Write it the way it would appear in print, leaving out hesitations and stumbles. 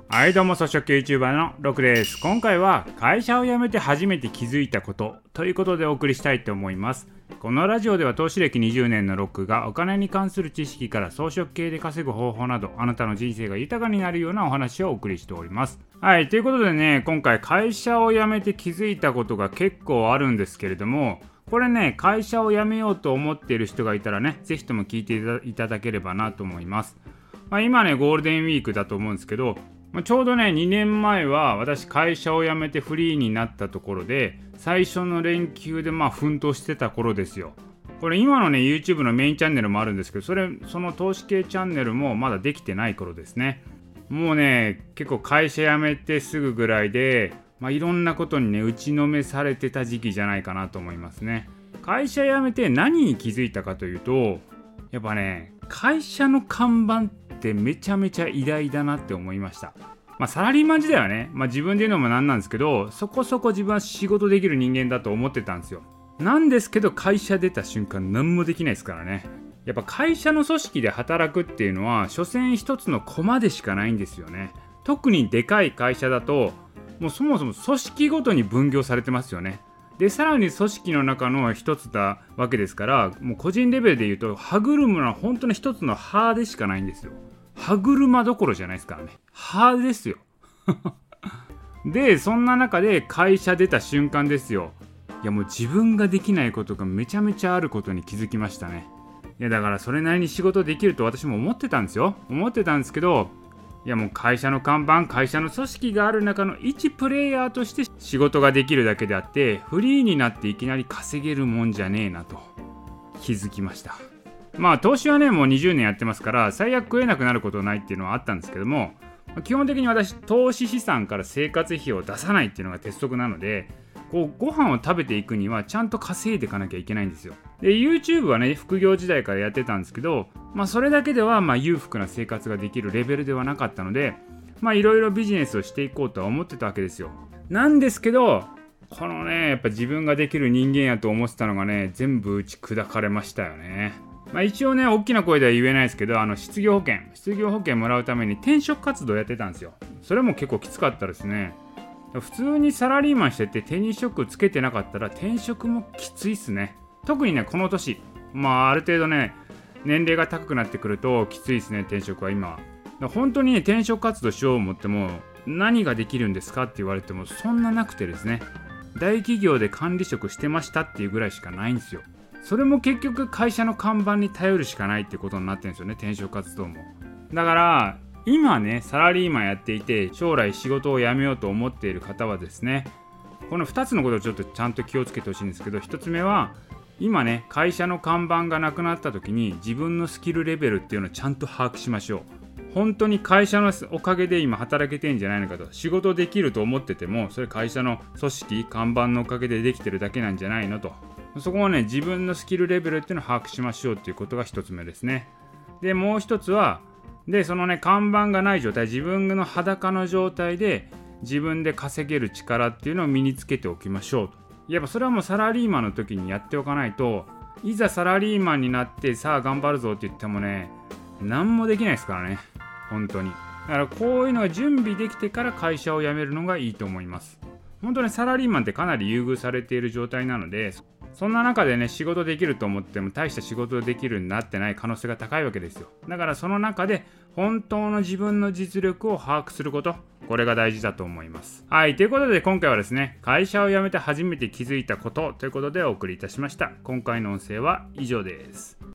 はいどうも、草食系 YouTuber のロクです。今回は会社を辞めて初めて気づいたことということでお送りしたいと思います。このラジオでは投資歴20年のロックがお金に関する知識から草食系で稼ぐ方法など、あなたの人生が豊かになるようなお話をお送りしております。はい、ということでね、今回会社を辞めて気づいたことが結構あるんですけれども、これね、会社を辞めようと思っている人がいたらね、ぜひとも聞いていただければなと思います。今ね、ゴールデンウィークだと思うんですけど、ちょうどね、2年前は私会社を辞めてフリーになったところで、最初の連休で奮闘してた頃ですよ。これ今のね、YouTube のメインチャンネルもあるんですけど、その投資系チャンネルもまだできてない頃ですね。もうね、結構会社辞めてすぐぐらいで、いろんなことにね、打ちのめされてた時期じゃないかなと思いますね。会社辞めて何に気づいたかというと、やっぱね、会社の看板ってめちゃめちゃ偉大だなって思いました。サラリーマン時代はね、自分で言うのもなんなんですけど、そこそこ自分は仕事できる人間だと思ってたんですよ。なんですけど、会社出た瞬間何もできないですからね。やっぱ会社の組織で働くっていうのは所詮一つの駒でしかないんですよね。特にでかい会社だと、もうそもそも組織ごとに分業されてますよね。でさらに組織の中の一つだわけですから、もう個人レベルで言うと歯車は本当に一つの歯でしかないんですよ。歯車どころじゃないですからね。歯ですよでそんな中で会社出た瞬間ですよ。いやもう自分ができないことがめちゃめちゃあることに気づきましたね。いやだからそれなりに仕事できると私も思ってたんですけど、いやもう会社の看板、会社の組織がある中の一プレイヤーとして仕事ができるだけであって、フリーになっていきなり稼げるもんじゃねえなと気づきました。投資はねもう20年やってますから、最悪食えなくなることないっていうのはあったんですけども、基本的に私投資資産から生活費を出さないっていうのが鉄則なので、ご飯を食べていくにはちゃんと稼いでいかなきゃいけないんですよ。で YouTube はね副業時代からやってたんですけど、それだけでは裕福な生活ができるレベルではなかったので、いろいろビジネスをしていこうとは思ってたわけですよ。なんですけど、このねやっぱ自分ができる人間やと思ってたのがね、全部打ち砕かれましたよね。一応ね大きな声では言えないですけど、失業保険もらうために転職活動やってたんですよ。それも結構きつかったですね。普通にサラリーマンしてて転職つけてなかったら転職もきついっすね。特にねこの年、ある程度ね年齢が高くなってくるときついですね、転職は今は。本当にね転職活動しようと思っても何ができるんですかって言われてもそんななくてですね、大企業で管理職してましたっていうぐらいしかないんですよ。それも結局会社の看板に頼るしかないってことになってるんですよね、転職活動も。だから今ねサラリーマンやっていて将来仕事を辞めようと思っている方はですね、この2つのことをちょっとちゃんと気をつけてほしいんですけど、1つ目は今ね会社の看板がなくなった時に自分のスキルレベルっていうのをちゃんと把握しましょう。本当に会社のおかげで今働けてんじゃないのかと、仕事できると思っててもそれ会社の組織看板のおかげでできてるだけなんじゃないのと、そこをね自分のスキルレベルっていうのを把握しましょうっていうことが1つ目ですね。でもう1つはそのね看板がない状態、自分の裸の状態で自分で稼げる力っていうのを身につけておきましょうと。やっぱそれはもうサラリーマンの時にやっておかないと、いざサラリーマンになってさあ頑張るぞって言ってもね何もできないですからね、本当に。だからこういうのが準備できてから会社を辞めるのがいいと思います。本当にサラリーマンってかなり優遇されている状態なので、そんな中でね仕事できると思っても大した仕事できるようになってない可能性が高いわけですよ。だからその中で本当の自分の実力を把握すること、これが大事だと思います。はい、ということで今回はですね、会社を辞めて初めて気づいたことということでお送りいたしました。今回の音声は以上です。